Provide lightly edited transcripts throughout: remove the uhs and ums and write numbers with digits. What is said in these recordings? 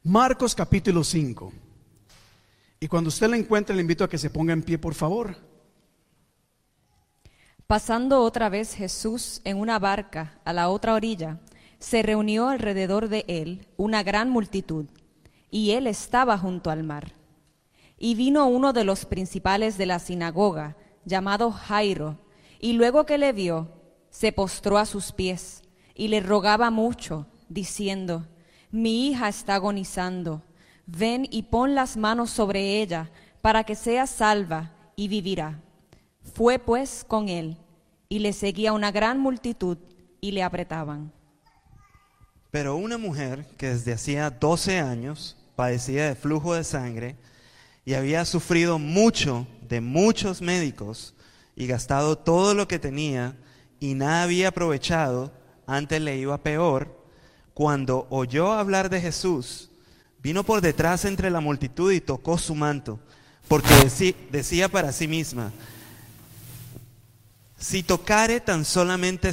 Marcos capítulo 5. Y cuando usted la encuentre, le invito a que se ponga en pie, por favor. Pasando otra vez Jesús en una barca a la otra orilla, se reunió alrededor de él una gran multitud, y él estaba junto al mar. Y vino uno de los principales de la sinagoga, llamado Jairo, y luego que le vio, se postró a sus pies, y le rogaba mucho, diciendo: Mi hija está agonizando, ven y pon las manos sobre ella, para que sea salva y vivirá. Fue pues con él, y le seguía una gran multitud, y le apretaban. Pero una mujer que desde hacía 12 años padecía de flujo de sangre y había sufrido mucho de muchos médicos y gastado todo lo que tenía y nada había aprovechado, antes le iba peor, cuando oyó hablar de Jesús, vino por detrás entre la multitud y tocó su manto, porque decía para sí misma: si tocare tan solamente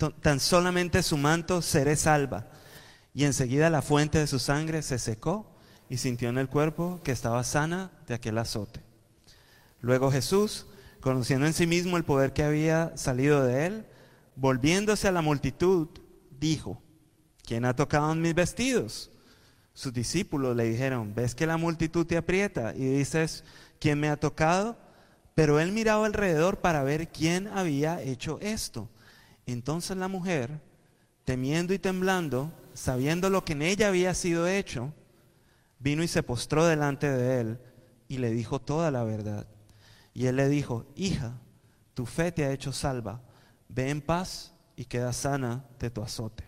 su manto, seré salva. Y enseguida la fuente de su sangre se secó y sintió en el cuerpo que estaba sana de aquel azote. Luego Jesús, conociendo en sí mismo el poder que había salido de él, volviéndose a la multitud, dijo: ¿Quién ha tocado mis vestidos? Sus discípulos le dijeron: ¿ves que la multitud te aprieta y dices: ¿quién me ha tocado? Pero él miraba alrededor para ver quién había hecho esto. Entonces la mujer, temiendo y temblando, sabiendo lo que en ella había sido hecho, vino y se postró delante de él y le dijo toda la verdad. Y él le dijo: hija, tu fe te ha hecho salva, ve en paz y queda sana de tu azote.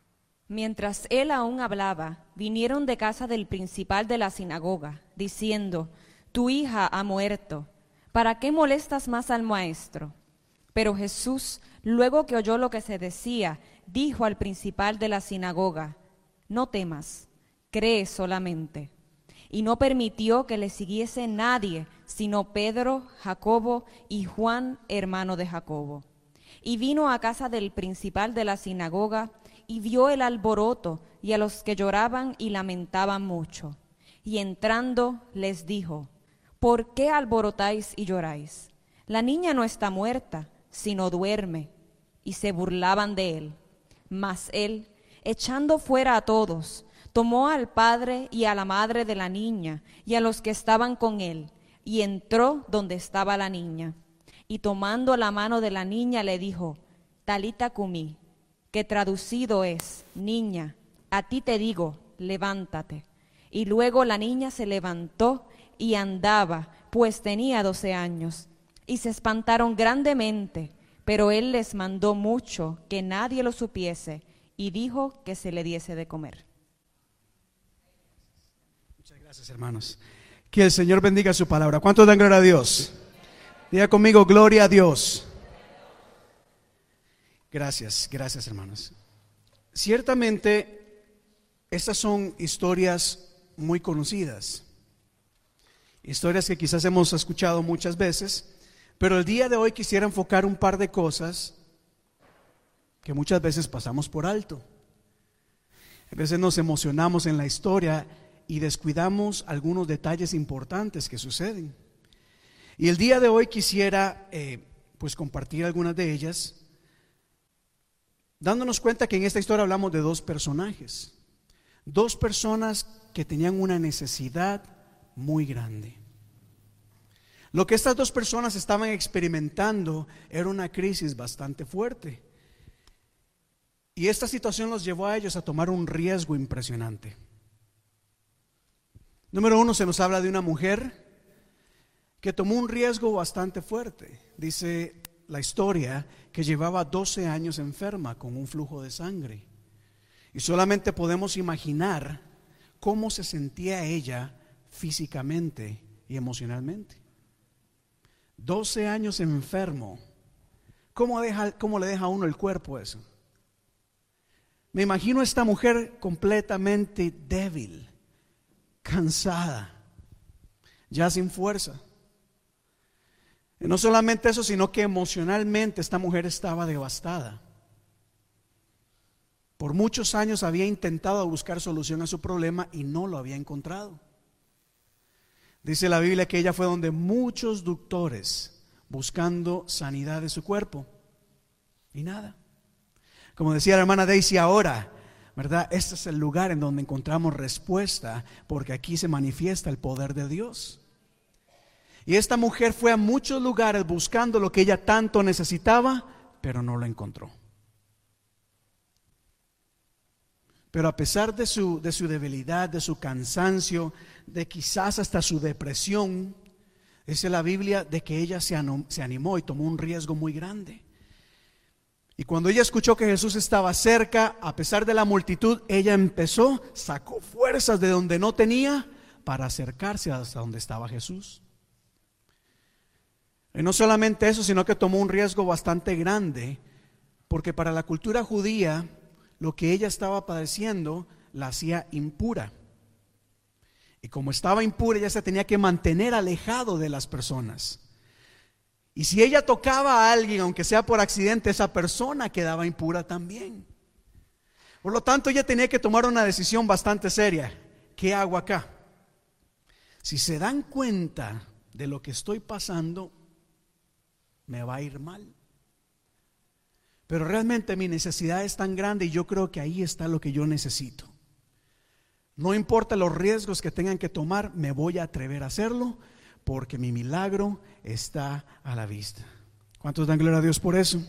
Mientras él aún hablaba, vinieron de casa del principal de la sinagoga, diciendo: tu hija ha muerto, ¿para qué molestas más al maestro? Pero Jesús, luego que oyó lo que se decía, dijo al principal de la sinagoga: no temas, cree solamente. Y no permitió que le siguiese nadie, sino Pedro, Jacobo y Juan, hermano de Jacobo. Y vino a casa del principal de la sinagoga, y vio el alboroto y a los que lloraban y lamentaban mucho. Y entrando les dijo: ¿por qué alborotáis y lloráis? La niña no está muerta, sino duerme. Y se burlaban de él. Mas él, echando fuera a todos, tomó al padre y a la madre de la niña y a los que estaban con él, y entró donde estaba la niña. Y tomando la mano de la niña le dijo: Talita cumi, que traducido es: niña, a ti te digo, levántate. Y luego la niña se levantó y andaba, pues tenía 12 años. Y se espantaron grandemente, pero él les mandó mucho que nadie lo supiese, y dijo que se le diese de comer. Muchas gracias, hermanos. Que el Señor bendiga su palabra. ¿Cuántos dan gloria a Dios? Diga conmigo: gloria a Dios. Gracias, gracias, hermanos. Ciertamente, estas son historias muy conocidas, historias que quizás hemos escuchado muchas veces, pero el día de hoy quisiera enfocar un par de cosas que muchas veces pasamos por alto. A veces nos emocionamos en la historia y descuidamos algunos detalles importantes que suceden. Y el día de hoy quisiera pues compartir algunas de ellas, dándonos cuenta que en esta historia hablamos de dos personajes, dos personas que tenían una necesidad muy grande. Lo que estas dos personas estaban experimentando era una crisis bastante fuerte, y esta situación los llevó a ellos a tomar un riesgo impresionante. Número uno, se nos habla de una mujer que tomó un riesgo bastante fuerte. Dice la historia que llevaba 12 años enferma con un flujo de sangre, y solamente podemos imaginar cómo se sentía ella físicamente y emocionalmente. 12 años enfermo. ¿Cómo le deja a uno el cuerpo eso? Me imagino a esta mujer completamente débil, cansada, ya sin fuerza. Y no solamente eso, sino que emocionalmente esta mujer estaba devastada. Por muchos años había intentado buscar solución a su problema y no lo había encontrado. Dice la Biblia que ella fue donde muchos doctores buscando sanidad de su cuerpo y nada. Como decía la hermana Daisy ahora, ¿verdad? Este es el lugar en donde encontramos respuesta, porque aquí se manifiesta el poder de Dios. Y esta mujer fue a muchos lugares buscando lo que ella tanto necesitaba, pero no lo encontró. Pero a pesar de su debilidad, de su cansancio, de quizás hasta su depresión, dice la Biblia de que ella se animó y tomó un riesgo muy grande. Y cuando ella escuchó que Jesús estaba cerca, a pesar de la multitud, ella sacó fuerzas de donde no tenía para acercarse hasta donde estaba Jesús. Y no solamente eso, sino que tomó un riesgo bastante grande, porque para la cultura judía, lo que ella estaba padeciendo la hacía impura. Y como estaba impura, ella se tenía que mantener alejado de las personas. Y si ella tocaba a alguien, aunque sea por accidente, esa persona quedaba impura también. Por lo tanto, ella tenía que tomar una decisión bastante seria. ¿Qué hago acá? Si se dan cuenta de lo que estoy pasando, me va a ir mal. Pero realmente mi necesidad es tan grande y yo creo que ahí está lo que yo necesito. No importa los riesgos que tengan que tomar, me voy a atrever a hacerlo, porque mi milagro está a la vista. ¿Cuántos dan gloria a Dios por eso?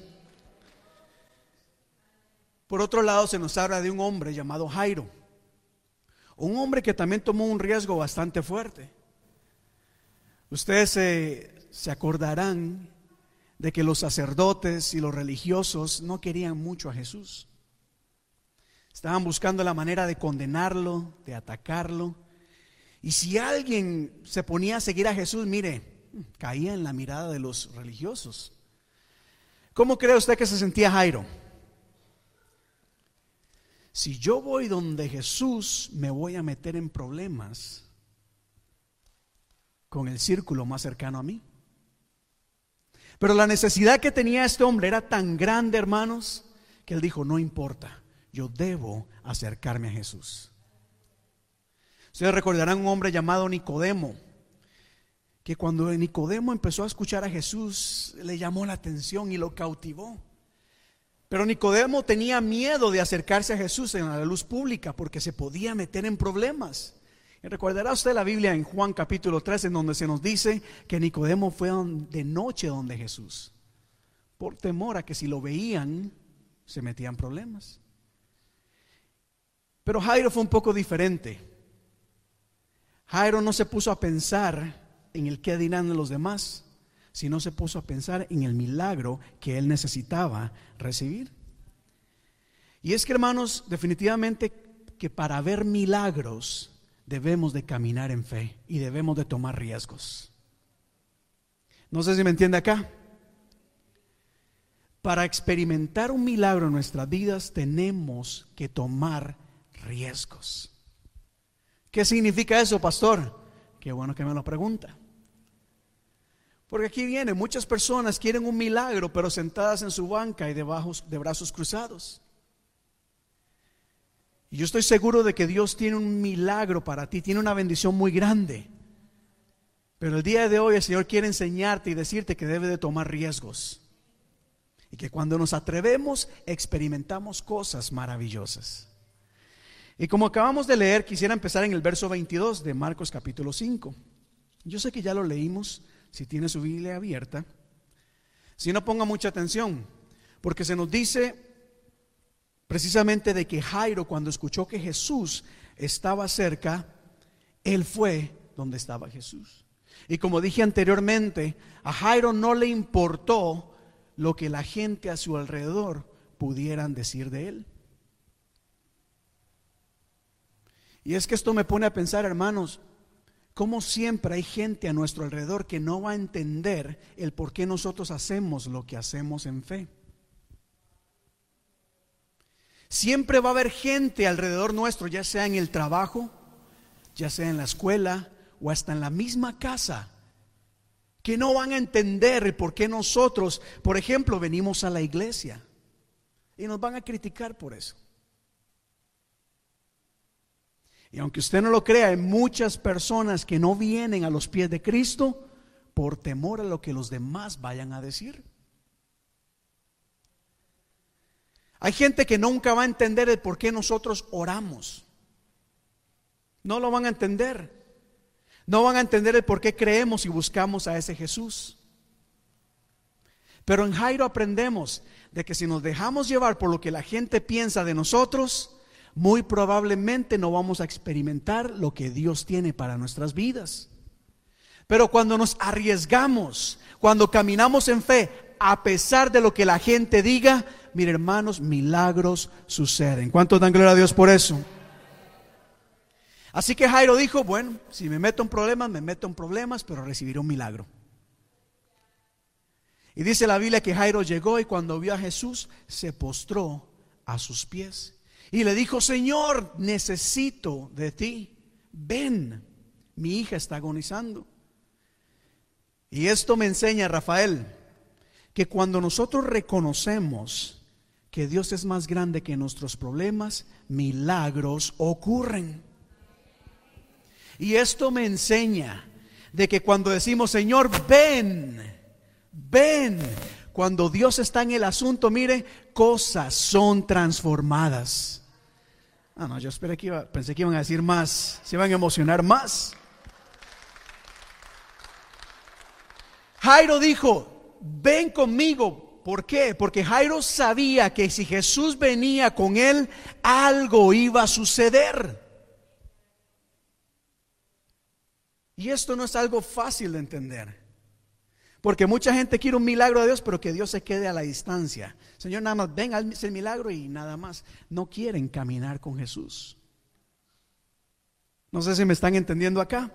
Por otro lado, se nos habla de un hombre llamado Jairo, un hombre que también tomó un riesgo bastante fuerte. Ustedes se acordarán de que los sacerdotes y los religiosos no querían mucho a Jesús. Estaban buscando la manera de condenarlo, de atacarlo. Y si alguien se ponía a seguir a Jesús, mire, caía en la mirada de los religiosos. ¿Cómo cree usted que se sentía Jairo? Si yo voy donde Jesús, me voy a meter en problemas con el círculo más cercano a mí. Pero la necesidad que tenía este hombre era tan grande, hermanos, que él dijo, no importa, yo debo acercarme a Jesús. Ustedes recordarán un hombre llamado Nicodemo, que cuando Nicodemo empezó a escuchar a Jesús, le llamó la atención y lo cautivó. Pero Nicodemo tenía miedo de acercarse a Jesús en la luz pública, porque se podía meter en problemas. Y recordará usted la Biblia en Juan capítulo 3, en donde se nos dice que Nicodemo fue de noche donde Jesús, por temor a que si lo veían, se metían problemas. Pero Jairo fue un poco diferente. Jairo no se puso a pensar en el qué dirán los demás, sino se puso a pensar en el milagro que él necesitaba recibir. Y es que, hermanos, definitivamente que para ver milagros debemos de caminar en fe y debemos de tomar riesgos. No sé si me entiende acá. Para experimentar un milagro en nuestras vidas tenemos que tomar riesgos. ¿Qué significa eso, pastor? Qué bueno que me lo pregunta. Porque aquí viene, muchas personas quieren un milagro, pero sentadas en su banca y de brazos cruzados. Y yo estoy seguro de que Dios tiene un milagro para ti, tiene una bendición muy grande. Pero el día de hoy el Señor quiere enseñarte y decirte que debes de tomar riesgos. Y que cuando nos atrevemos, experimentamos cosas maravillosas. Y como acabamos de leer, quisiera empezar en el verso 22 de Marcos capítulo 5. Yo sé que ya lo leímos, si tiene su Biblia abierta. Si no, ponga mucha atención, porque se nos dice precisamente de que Jairo, cuando escuchó que Jesús estaba cerca, él fue donde estaba Jesús. Y como dije anteriormente, a Jairo no le importó lo que la gente a su alrededor pudieran decir de él. Y es que esto me pone a pensar, hermanos, cómo siempre hay gente a nuestro alrededor que no va a entender el por qué nosotros hacemos lo que hacemos en fe. Siempre va a haber gente alrededor nuestro, ya sea en el trabajo, ya sea en la escuela o hasta en la misma casa, que no van a entender el por qué nosotros, por ejemplo, venimos a la iglesia y nos van a criticar por eso. Y aunque usted no lo crea, hay muchas personas que no vienen a los pies de Cristo por temor a lo que los demás vayan a decir. Hay gente que nunca va a entender el por qué nosotros oramos. No lo van a entender. No van a entender el por qué creemos y buscamos a ese Jesús. Pero en Jairo aprendemos de que si nos dejamos llevar por lo que la gente piensa de nosotros, muy probablemente no vamos a experimentar lo que Dios tiene para nuestras vidas. Pero cuando nos arriesgamos, cuando caminamos en fe, a pesar de lo que la gente diga, mire, hermanos, milagros suceden. ¿Cuántos dan gloria a Dios por eso? Así que Jairo dijo, bueno, si me meto en problemas, me meto en problemas, pero recibiré un milagro. Y dice la Biblia que Jairo llegó y cuando vio a Jesús, se postró a sus pies. Y le dijo, Señor, necesito de ti. Ven, mi hija está agonizando. Y esto me enseña, Rafael, que cuando nosotros reconocemos que Dios es más grande que nuestros problemas, milagros ocurren. Y esto me enseña de que cuando decimos, Señor, ven, cuando Dios está en el asunto, mire, cosas son transformadas. No, yo pensé que iban a decir más, se iban a emocionar más. Jairo dijo, ven conmigo. ¿Por qué? Porque Jairo sabía que si Jesús venía con él, algo iba a suceder. Y esto no es algo fácil de entender, porque mucha gente quiere un milagro de Dios, pero que Dios se quede a la distancia. Señor, nada más ven, hazme el milagro y nada más. No quieren caminar con Jesús. No sé si me están entendiendo acá.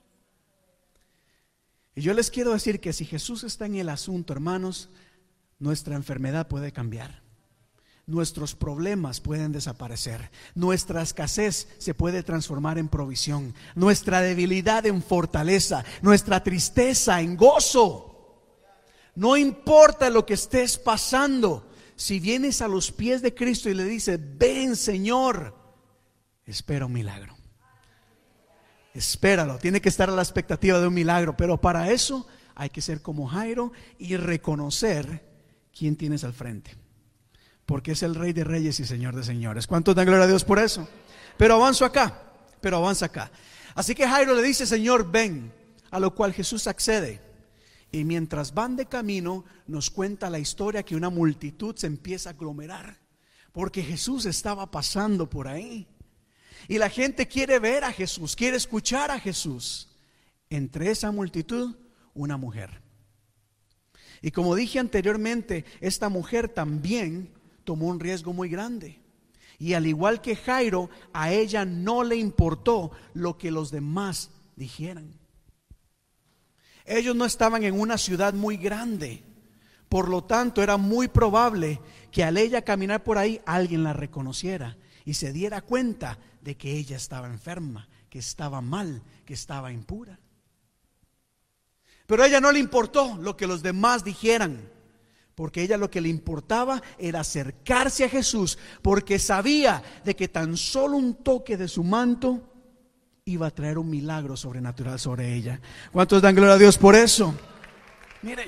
Y yo les quiero decir que si Jesús está en el asunto, hermanos, nuestra enfermedad puede cambiar. Nuestros problemas pueden desaparecer. Nuestra escasez se puede transformar en provisión. Nuestra debilidad en fortaleza. Nuestra tristeza en gozo. No importa lo que estés pasando, si vienes a los pies de Cristo y le dices, ven Señor, espera un milagro. Espéralo, tiene que estar a la expectativa de un milagro. Pero para eso hay que ser como Jairo y reconocer quién tienes al frente, porque es el Rey de Reyes y Señor de Señores. ¿Cuántos dan gloria a Dios por eso? Pero avanza acá. Así que Jairo le dice, Señor, ven, a lo cual Jesús accede. Y mientras van de camino, nos cuenta la historia que una multitud se empieza a aglomerar, porque Jesús estaba pasando por ahí. Y la gente quiere ver a Jesús, quiere escuchar a Jesús. Entre esa multitud, una mujer. Y como dije anteriormente, esta mujer también tomó un riesgo muy grande. Y al igual que Jairo, a ella no le importó lo que los demás dijeran. Ellos no estaban en una ciudad muy grande, por lo tanto era muy probable que al ella caminar por ahí alguien la reconociera y se diera cuenta de que ella estaba enferma, que estaba mal, que estaba impura. Pero a ella no le importó lo que los demás dijeran, porque a ella lo que le importaba era acercarse a Jesús, porque sabía de que tan solo un toque de su manto iba a traer un milagro sobrenatural sobre ella. ¿Cuántos dan gloria a Dios por eso? Mire,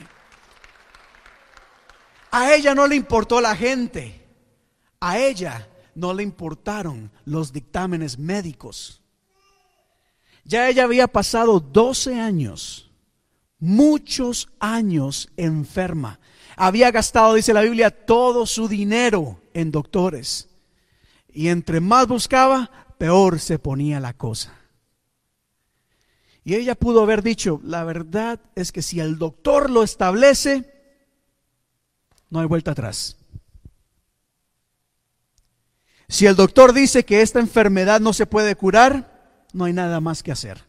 a ella no le importó la gente, a ella no le importaron los dictámenes médicos. Ya ella había pasado 12 años, muchos años enferma. Había gastado, dice la Biblia, todo su dinero en doctores. Y entre más buscaba, peor se ponía la cosa. Y ella pudo haber dicho, la verdad es que si el doctor lo establece, no hay vuelta atrás. Si el doctor dice que esta enfermedad no se puede curar, no hay nada más que hacer.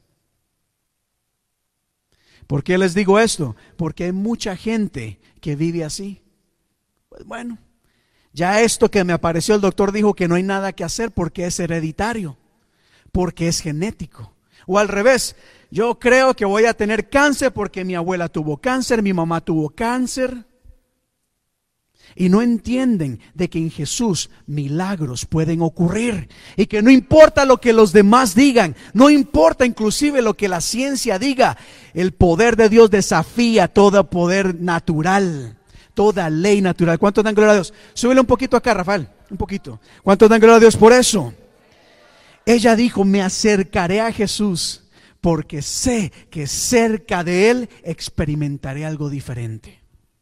¿Por qué les digo esto? Porque hay mucha gente que vive así. Pues bueno, ya esto que me apareció, el doctor dijo que no hay nada que hacer porque es hereditario, porque es genético. O al revés, yo creo que voy a tener cáncer porque mi abuela tuvo cáncer, mi mamá tuvo cáncer. Y no entienden de que en Jesús milagros pueden ocurrir. Y que no importa lo que los demás digan, no importa inclusive lo que la ciencia diga, el poder de Dios desafía todo poder natural, toda ley natural. ¿Cuántos dan gloria a Dios? Súbele un poquito acá, Rafael, un poquito. ¿Cuántos dan gloria a Dios por eso? Ella dijo, me acercaré a Jesús porque sé que cerca de Él experimentaré algo diferente.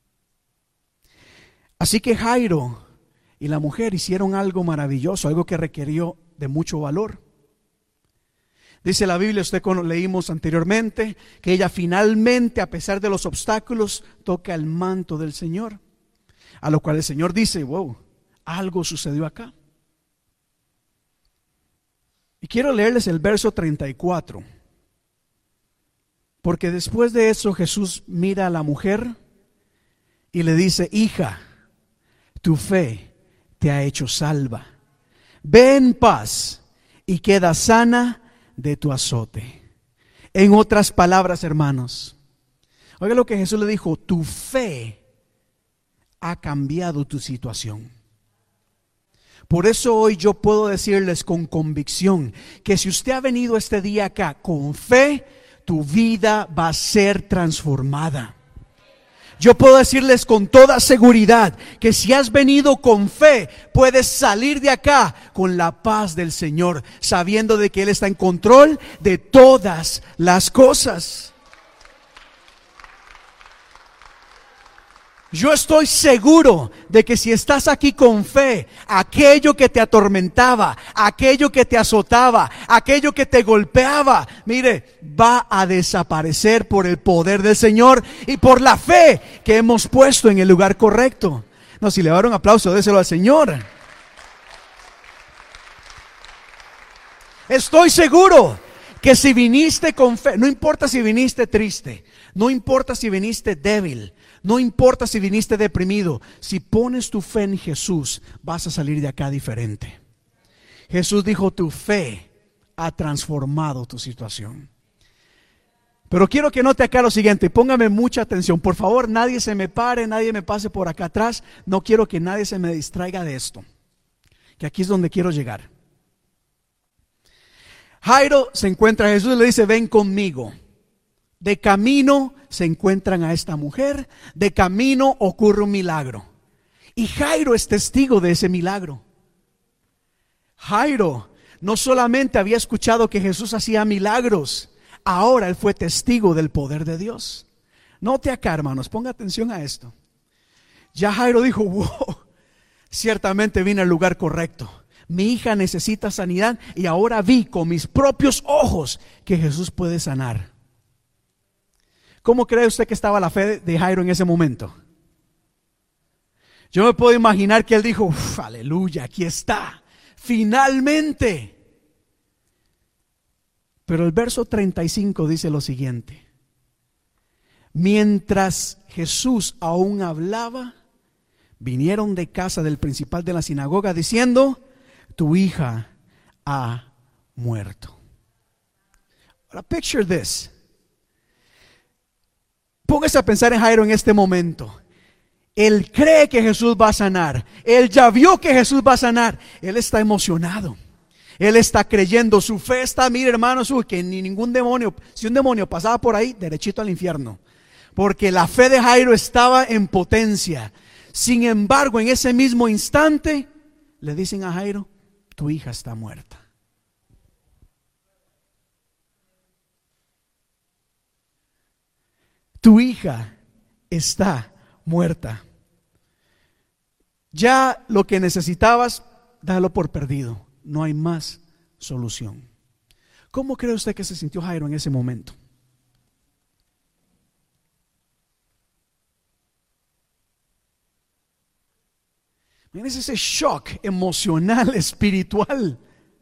Así que Jairo y la mujer hicieron algo maravilloso, algo que requirió de mucho valor. Dice la Biblia, usted leímos anteriormente, que ella finalmente, a pesar de los obstáculos, toca el manto del Señor. A lo cual el Señor dice, wow, algo sucedió acá. Y quiero leerles el verso 34. Porque después de eso Jesús mira a la mujer y le dice, hija, tu fe te ha hecho salva. Ve en paz y queda sana de tu azote. En otras palabras, hermanos, oiga lo que Jesús le dijo, tu fe ha cambiado tu situación. Por eso hoy yo puedo decirles con convicción que si usted ha venido este día acá con fe, tu vida va a ser transformada. Yo puedo decirles con toda seguridad que si has venido con fe, puedes salir de acá con la paz del Señor, sabiendo de que Él está en control de todas las cosas. Yo estoy seguro de que si estás aquí con fe, aquello que te atormentaba, aquello que te azotaba, aquello que te golpeaba, mire, va a desaparecer por el poder del Señor y por la fe que hemos puesto en el lugar correcto. No, si le va a dar un aplauso, déselo al Señor. Estoy seguro que si viniste con fe, no importa si viniste triste, no importa si viniste débil, no importa si viniste deprimido, si pones tu fe en Jesús, vas a salir de acá diferente. Jesús dijo, tu fe ha transformado tu situación. Pero quiero que note acá lo siguiente, póngame mucha atención, por favor, nadie se me pare, nadie me pase por acá atrás, no quiero que nadie se me distraiga de esto, que aquí es donde quiero llegar. Jairo se encuentra a Jesús y le dice, ven conmigo. De camino se encuentran a esta mujer, de camino ocurre un milagro. Y Jairo es testigo de ese milagro. Jairo no solamente había escuchado que Jesús hacía milagros, ahora él fue testigo del poder de Dios. Note acá, hermanos, ponga atención a esto. Ya Jairo dijo, wow, ciertamente vine al lugar correcto. Mi hija necesita sanidad y ahora vi con mis propios ojos que Jesús puede sanar. ¿Cómo cree usted que estaba la fe de Jairo en ese momento? Yo me puedo imaginar que él dijo, aleluya, aquí está, finalmente. Pero el verso 35 dice lo siguiente. Mientras Jesús aún hablaba, vinieron de casa del principal de la sinagoga diciendo, tu hija ha muerto. Ahora, picture this. Póngase a pensar en Jairo en este momento. Él cree que Jesús va a sanar. Él ya vio que Jesús va a sanar. Él está emocionado. Él está creyendo. Su fe está, mire hermanos, que ni ningún demonio, si un demonio pasaba por ahí, derechito al infierno. Porque la fe de Jairo estaba en potencia. Sin embargo, en ese mismo instante, le dicen a Jairo, tu hija está muerta. Tu hija está muerta. Ya lo que necesitabas, dalo por perdido. No hay más solución. ¿Cómo cree usted que se sintió Jairo en ese momento? Miren ese shock emocional, espiritual.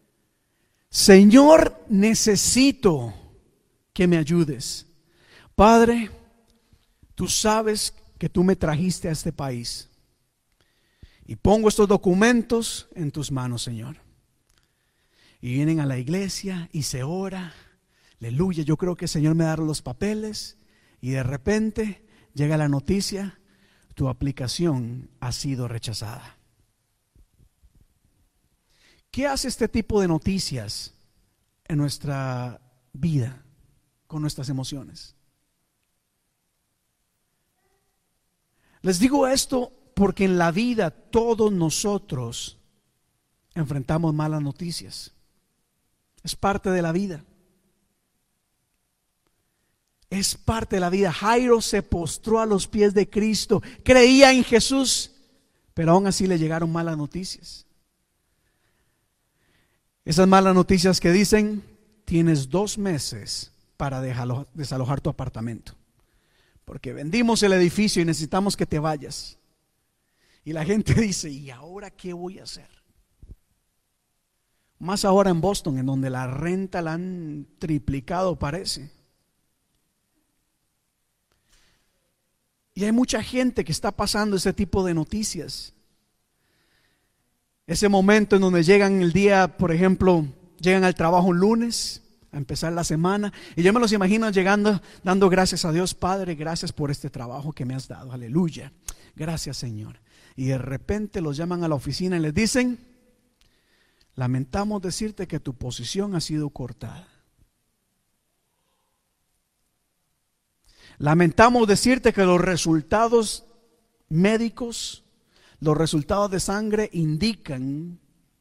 Señor, necesito que me ayudes. Padre, tú sabes que tú me trajiste a este país y pongo estos documentos en tus manos, Señor. Y vienen a la iglesia y se ora, aleluya, yo creo que el Señor me dará los papeles y de repente llega la noticia, tu aplicación ha sido rechazada. ¿Qué hace este tipo de noticias en nuestra vida con nuestras emociones? Les digo esto porque en la vida todos nosotros enfrentamos malas noticias. Es parte de la vida. Es parte de la vida. Jairo se postró a los pies de Cristo, creía en Jesús, pero aún así le llegaron malas noticias. Esas malas noticias que dicen: tienes 2 meses para desalojar tu apartamento, porque vendimos el edificio y necesitamos que te vayas. Y la gente dice: ¿y ahora qué voy a hacer? Más ahora en Boston, en donde la renta la han triplicado, parece. Y hay mucha gente que está pasando ese tipo de noticias. Ese momento en donde llegan el día, por ejemplo, llegan al trabajo un lunes a empezar la semana, y yo me los imagino llegando, dando gracias a Dios: Padre, gracias por este trabajo que me has dado, aleluya, gracias Señor. Y de repente los llaman a la oficina y les dicen: lamentamos decirte que tu posición ha sido cortada. Lamentamos decirte que los resultados médicos, los resultados de sangre indican.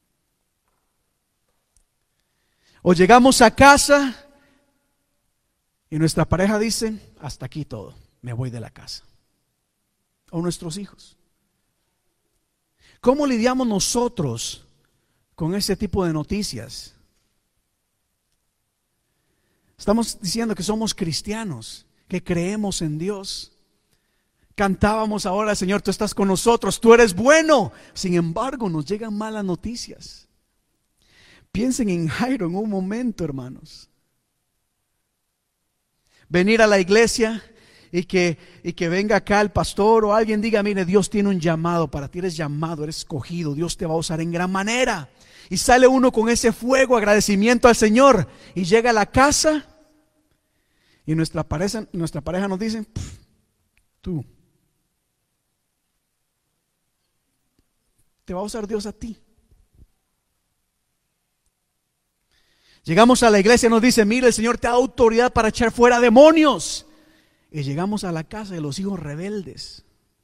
O llegamos a casa y nuestra pareja dice: hasta aquí todo, me voy de la casa. O nuestros hijos. ¿Cómo lidiamos nosotros con ese tipo de noticias? Estamos diciendo que somos cristianos, que creemos en Dios. Cantábamos ahora: Señor, tú estás con nosotros, tú eres bueno. Sin embargo, nos llegan malas noticias. Piensen en Jairo en un momento, hermanos. Venir a la iglesia y que venga acá el pastor o alguien diga: mire, Dios tiene un llamado para ti, eres llamado, eres escogido, Dios te va a usar en gran manera. Y sale uno con ese fuego, agradecimiento al Señor, y llega a la casa y nuestra pareja nos dice: tú, te va a usar Dios a ti. Llegamos a la iglesia y nos dice: mire, el Señor te da autoridad para echar fuera demonios. Y llegamos a la casa de los hijos rebeldes.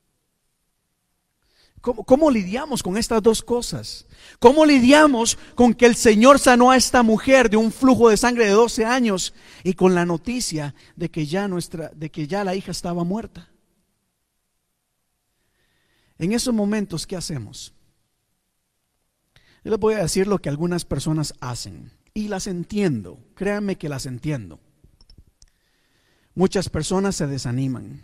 ¿Cómo lidiamos con estas dos cosas? ¿Cómo lidiamos con que el Señor sanó a esta mujer de un flujo de sangre de 12 años y con la noticia de que ya la hija estaba muerta? En esos momentos, ¿qué hacemos? Yo les voy a decir lo que algunas personas hacen. Y las entiendo, créanme que las entiendo. Muchas personas se desaniman.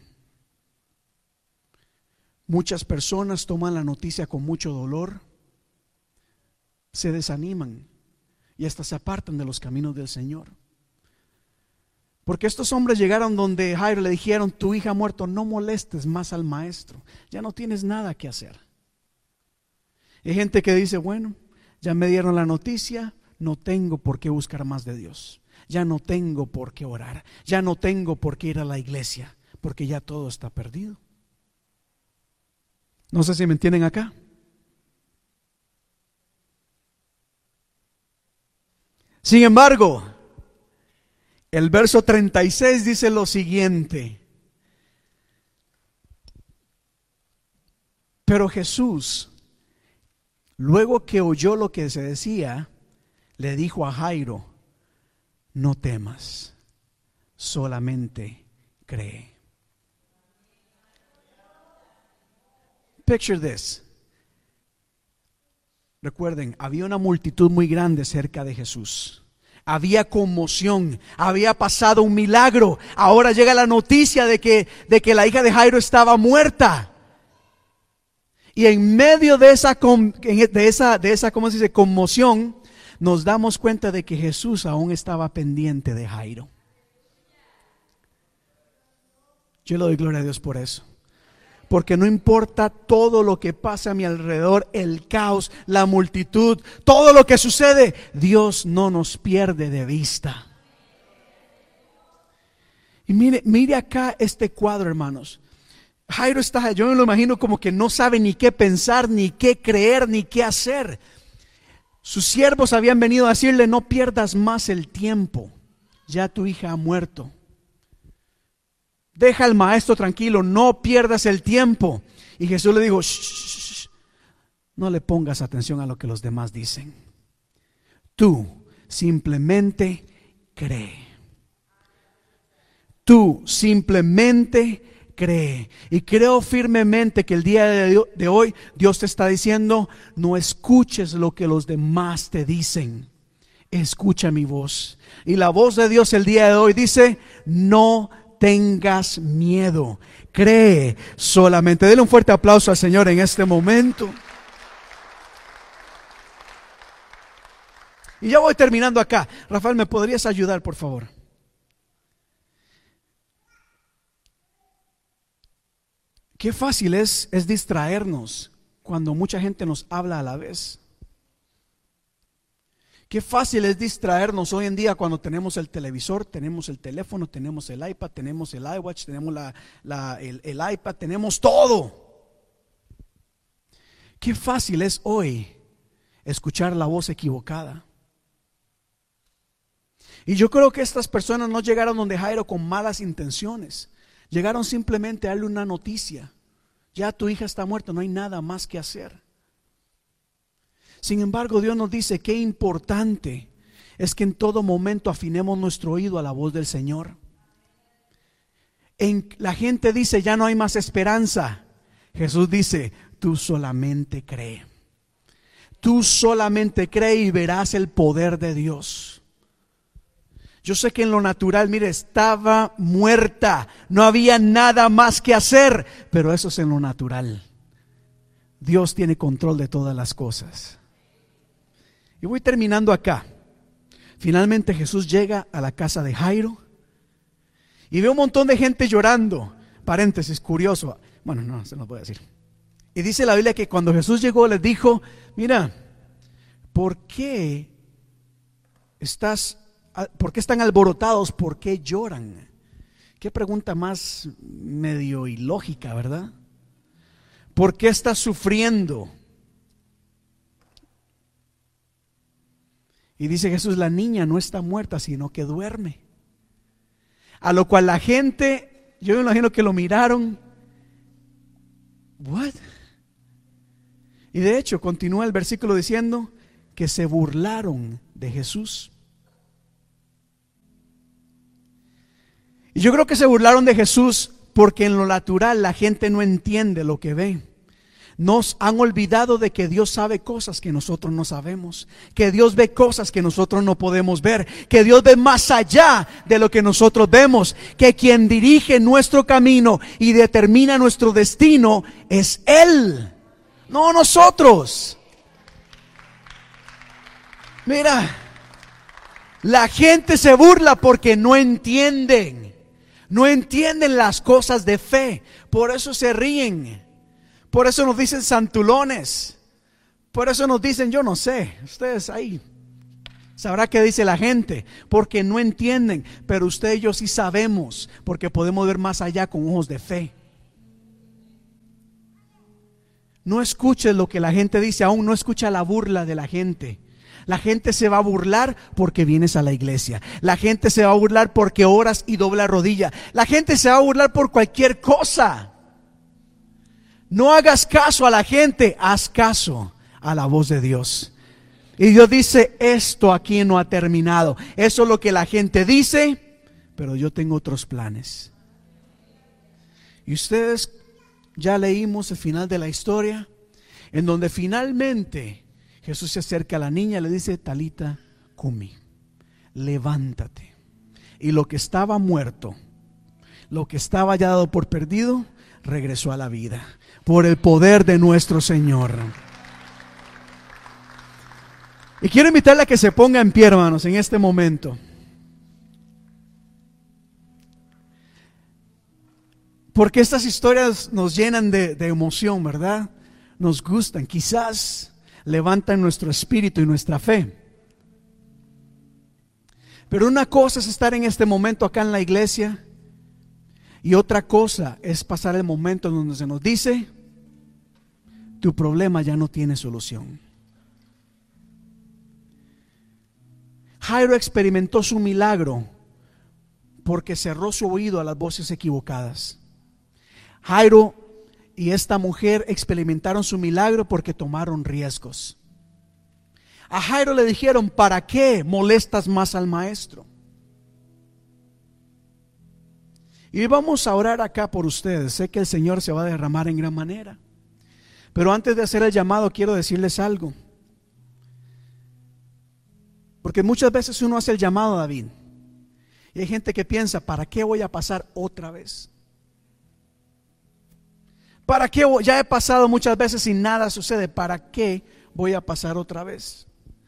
Muchas personas toman la noticia con mucho dolor, se desaniman y hasta se apartan de los caminos del Señor. Porque estos hombres llegaron donde Jairo, le dijeron: tu hija ha muerto, no molestes más al maestro, ya no tienes nada que hacer. Hay gente que dice: bueno, ya me dieron la noticia, no tengo por qué buscar más de Dios, ya no tengo por qué orar, ya no tengo por qué ir a la iglesia, porque ya todo está perdido. No sé si me entienden acá. Sin embargo, el verso 36 dice lo siguiente: pero Jesús, luego que oyó lo que se decía, le dijo a Jairo: no temas, solamente cree. Picture this. Recuerden, había una multitud muy grande cerca de Jesús. Había conmoción, había pasado un milagro. Ahora llega la noticia de que la hija de Jairo estaba muerta. Y en medio de esa ¿cómo se dice? Conmoción, nos damos cuenta de que Jesús aún estaba pendiente de Jairo. Yo le doy gloria a Dios por eso. Porque no importa todo lo que pasa a mi alrededor, el caos, la multitud, todo lo que sucede, Dios no nos pierde de vista. Y mire acá este cuadro, hermanos. Jairo está, yo me lo imagino como que no sabe ni qué pensar, ni qué creer, ni qué hacer. Sus siervos habían venido a decirle: no pierdas más el tiempo, ya tu hija ha muerto. Deja al maestro tranquilo, no pierdas el tiempo. Y Jesús le dijo: shh, no le pongas atención a lo que los demás dicen. Tú simplemente cree. Tú simplemente cree. Y creo firmemente que el día de hoy Dios te está diciendo: no escuches lo que los demás te dicen, escucha mi voz. Y la voz de Dios el día de hoy dice: no tengas miedo, cree solamente. Dele un fuerte aplauso al Señor en este momento. Y ya voy terminando acá. Rafael, ¿me podrías ayudar, por favor? Qué fácil es distraernos cuando mucha gente nos habla a la vez. Qué fácil es distraernos hoy en día cuando tenemos el televisor, tenemos el teléfono, tenemos el iPad, tenemos el iWatch, tenemos el iPad, tenemos todo. Qué fácil es hoy escuchar la voz equivocada. Y yo creo que estas personas no llegaron donde Jairo con malas intenciones. Llegaron simplemente a darle una noticia: ya tu hija está muerta, no hay nada más que hacer. Sin embargo, Dios nos dice: qué importante es que en todo momento afinemos nuestro oído a la voz del Señor. La gente dice: ya no hay más esperanza. Jesús dice: tú solamente cree. Tú solamente cree y verás el poder de Dios. Yo sé que en lo natural, mire, estaba muerta, no había nada más que hacer, pero eso es en lo natural. Dios tiene control de todas las cosas. Y voy terminando acá. Finalmente Jesús llega a la casa de Jairo y ve un montón de gente llorando. Paréntesis, curioso. Bueno, no, se los voy a decir. Y dice la Biblia que cuando Jesús llegó les dijo: mira, ¿por qué están alborotados? ¿Por qué lloran? Qué pregunta más medio ilógica, ¿verdad? ¿Por qué estás sufriendo? Y dice Jesús: la niña no está muerta, sino que duerme. A lo cual la gente, yo me imagino que lo miraron. ¿What? Y de hecho continúa el versículo diciendo que se burlaron de Jesús. Y yo creo que se burlaron de Jesús porque en lo natural la gente no entiende lo que ve. Nos han olvidado de que Dios sabe cosas que nosotros no sabemos, que Dios ve cosas que nosotros no podemos ver, que Dios ve más allá de lo que nosotros vemos, que quien dirige nuestro camino y determina nuestro destino es Él, no nosotros. Mira, la gente se burla porque no entienden las cosas de fe, por eso se ríen. Por eso nos dicen santulones. Por eso nos dicen, yo no sé, ustedes ahí sabrá qué dice la gente, porque no entienden. Pero usted y yo sí sabemos, porque podemos ver más allá con ojos de fe. No escuches lo que la gente dice, aún no escucha la burla de la gente. La gente se va a burlar porque vienes a la iglesia. La gente se va a burlar porque oras y dobla rodilla. La gente se va a burlar por cualquier cosa. No hagas caso a la gente, haz caso a la voz de Dios. Y Dios dice: esto aquí no ha terminado. Eso es lo que la gente dice, pero yo tengo otros planes. Y ustedes ya leímos el final de la historia, en donde finalmente Jesús se acerca a la niña y le dice: Talita cumi, levántate. Y lo que estaba muerto, lo que estaba ya dado por perdido, regresó a la vida por el poder de nuestro Señor. Y quiero invitarle a que se ponga en pie, hermanos, en este momento. Porque estas historias nos llenan de emoción, ¿verdad? Nos gustan, quizás levantan nuestro espíritu y nuestra fe. Pero una cosa es estar en este momento acá en la iglesia, Y otra cosa es pasar el momento en donde se nos dice: tu problema ya no tiene solución. Jairo experimentó su milagro porque cerró su oído a las voces equivocadas. Jairo y esta mujer experimentaron su milagro porque tomaron riesgos. A Jairo le dijeron: ¿para qué molestas más al maestro? Y vamos a orar acá por ustedes. Sé que el Señor se va a derramar en gran manera, pero antes de hacer el llamado quiero decirles algo, porque muchas veces uno hace el llamado, David, y hay gente que piensa: ¿para qué voy a pasar otra vez? ¿Para qué? Ya he pasado muchas veces y nada sucede. ¿Para qué voy a pasar otra vez?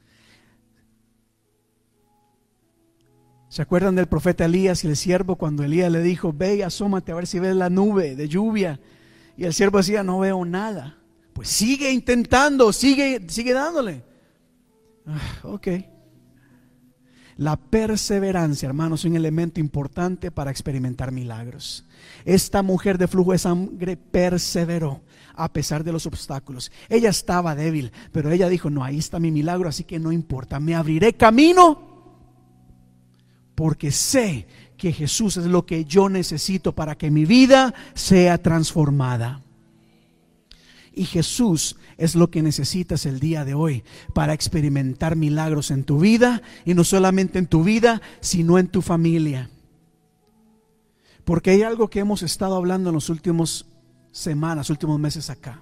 ¿Se acuerdan del profeta Elías y el siervo cuando Elías le dijo: ve y asómate a ver si ves la nube de lluvia? Y el siervo decía: no veo nada. Pues sigue intentando, sigue dándole. Ok. La perseverancia, hermanos, es un elemento importante para experimentar milagros. Esta mujer de flujo de sangre perseveró a pesar de los obstáculos. Ella estaba débil, pero ella dijo: no, ahí está mi milagro, así que no importa, me abriré camino, porque sé que Jesús es lo que yo necesito para que mi vida sea transformada. Y Jesús es lo que necesitas el día de hoy para experimentar milagros en tu vida, y no solamente en tu vida, sino en tu familia. Porque hay algo que hemos estado hablando en las últimas semanas, últimos meses acá.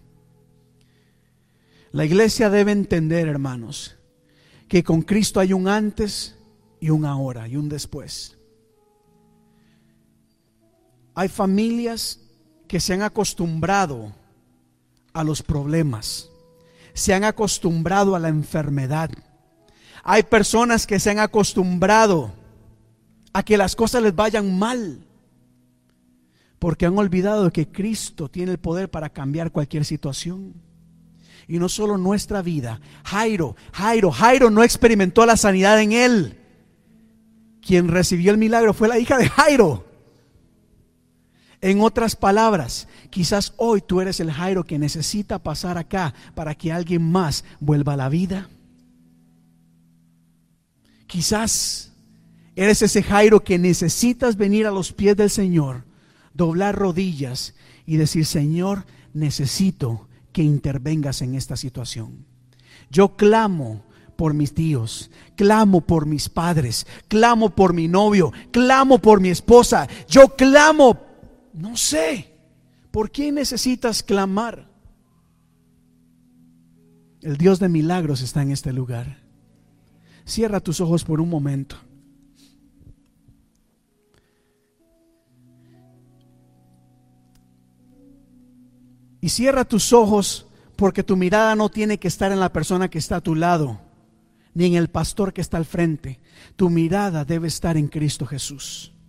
La iglesia debe entender, hermanos, que con Cristo hay un antes y un ahora y un después. Hay familias que se han acostumbrado a los problemas, se han acostumbrado a la enfermedad. Hay personas que se han acostumbrado a que las cosas les vayan mal, porque han olvidado que Cristo tiene el poder para cambiar cualquier situación. Y no solo nuestra vida. Jairo no experimentó la sanidad en él. Quien recibió el milagro fue la hija de Jairo. En otras palabras, quizás hoy tú eres el Jairo que necesita pasar acá para que alguien más vuelva a la vida. Quizás eres ese Jairo que necesitas venir a los pies del Señor, doblar rodillas y decir: Señor, necesito que intervengas en esta situación. Yo clamo por mis tíos, clamo por mis padres, clamo por mi novio, clamo por mi esposa, yo clamo, no sé, ¿por quién necesitas clamar? El Dios de milagros está en este lugar. Cierra tus ojos por un momento. Y cierra tus ojos, porque tu mirada no tiene que estar en la persona que está a tu lado, ni en el pastor que está al frente. Tu mirada debe estar en Cristo Jesús.